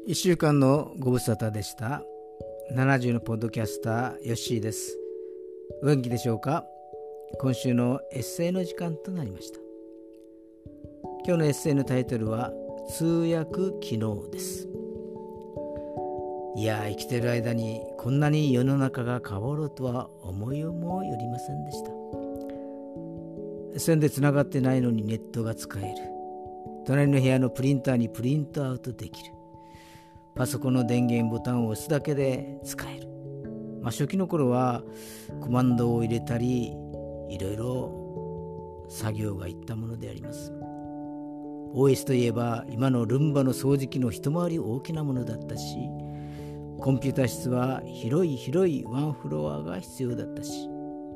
1週間のご無沙汰でした。70のポッドキャスターヨッシーです。お元気でしょうか。今週のエッセイの時間となりました。今日のエッセイのタイトルは通訳機能です。いや、生きている間にこんなに世の中が変わるとは思いもよりませんでした。線でつながってないのにネットが使える。隣の部屋のプリンターにプリントアウトできる。パソコンの電源ボタンを押すだけで使える。初期の頃はコマンドを入れたりいろいろ作業がいったものであります。 OS といえば今のルンバの掃除機の一回り大きなものだったし、コンピュータ室は広いワンフロアが必要だったし、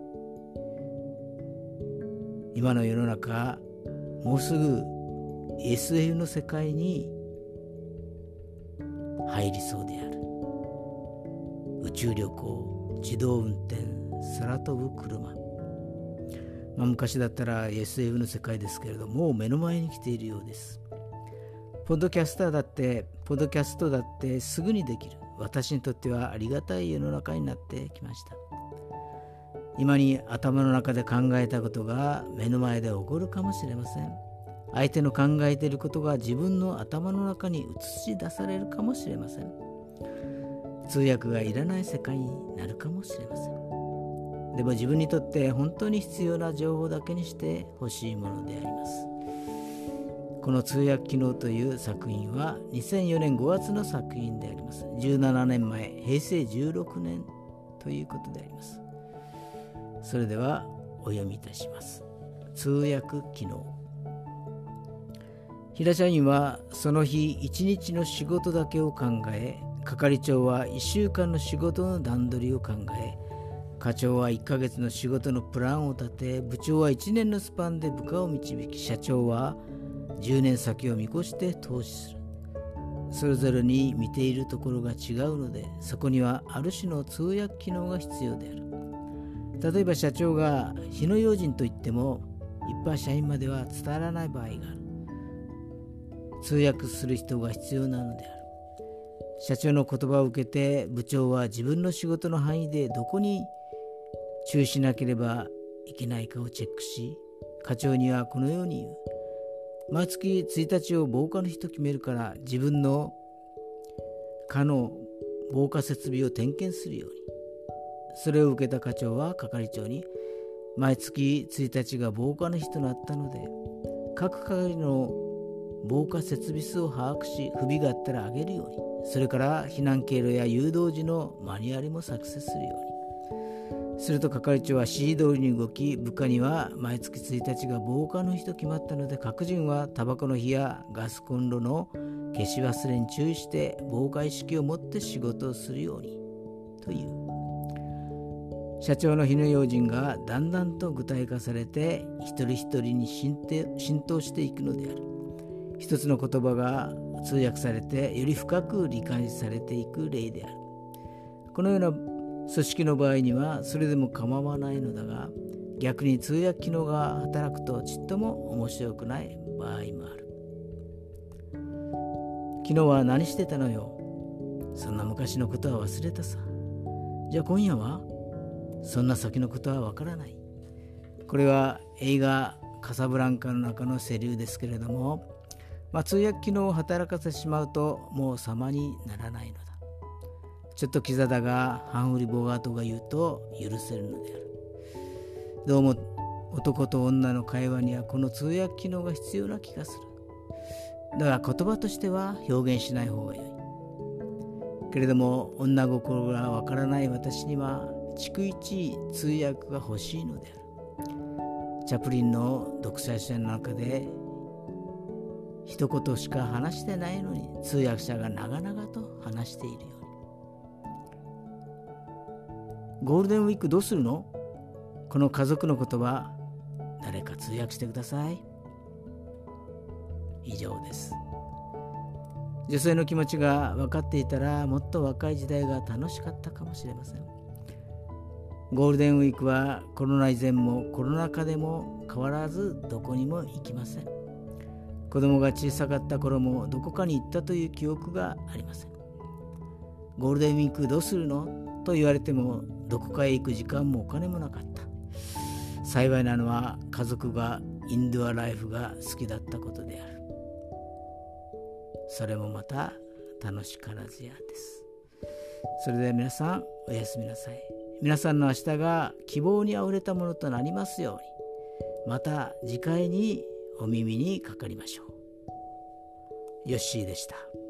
今の世の中もうすぐ SF の世界に入りそうである。宇宙旅行、自動運転、空飛ぶ車、昔だったら SF の世界ですけれども、目の前に来ているようです。ポッドキャストだってすぐにできる。私にとってはありがたい世の中になってきました。今に頭の中で考えたことが目の前で起こるかもしれません。相手の考えていることが自分の頭の中に映し出されるかもしれません。通訳がいらない世界になるかもしれません。でも自分にとって本当に必要な情報だけにしてほしいものであります。この通訳機能という作品は2004年5月の作品であります。17年前、平成16年ということであります。それではお読みいたします。通訳機能。平社員はその日一日の仕事だけを考え、係長は1週間の仕事の段取りを考え、課長は1ヶ月の仕事のプランを立て、部長は1年のスパンで部下を導き、社長は10年先を見越して投資する。それぞれに見ているところが違うので、そこにはある種の通訳機能が必要である。例えば社長が火の用心といっても一般社員までは伝わらない場合がある。通訳する人が必要なのである。社長の言葉を受けて部長は自分の仕事の範囲でどこに注意しなければいけないかをチェックし、課長にはこのように言う。毎月1日を防火の日と決めるから、自分の課の防火設備を点検するように。それを受けた課長は係長に、毎月1日が防火の日となったので、各係の防火設備数を把握し、不備があったら上げるように。それから避難経路や誘導時のマニュアルも作成するように。すると係長は指示通りに動き、部下には毎月1日が防火の日と決まったので、各人はタバコの火やガスコンロの消し忘れに注意して防火意識を持って仕事をするようにという。社長の火の用心がだんだんと具体化されて、一人一人に浸透していくのである。一つの言葉が通訳されてより深く理解されていく例である。このような組織の場合にはそれでも構わないのだが、逆に通訳機能が働くとちっとも面白くない場合もある。昨日は何してたのよ。そんな昔のことは忘れたさ。じゃあ今夜は。そんな先のことはわからない。これは映画カサブランカの中のセリフですけれども、通訳機能を働かせてしまうともう様にならないのだ。ちょっとキザだがハンフリー・ボガートが言うと許せるのである。どうも男と女の会話にはこの通訳機能が必要な気がする。だが言葉としては表現しない方が良い。けれども女心がわからない私には逐一通訳が欲しいのである。チャプリンの独裁者の中で一言しか話してないのに、通訳者が長々と話しているように。ゴールデンウィークどうするの？この家族の言葉、誰か通訳してください。以上です。女性の気持ちが分かっていたら、もっと若い時代が楽しかったかもしれません。ゴールデンウィークはコロナ以前もコロナ禍でも変わらずどこにも行きません。 子供が小さかった頃もどこかに行ったという記憶がありません。ゴールデンウィークどうするのと言われてもどこかへ行く時間もお金もなかった。幸いなのは家族がインドアライフが好きだったことである。それもまた楽しからずやです。それでは皆さんおやすみなさい。皆さんの明日が希望にあふれたものとなりますように。また次回にお耳にかかりましょう。ヨッシーでした。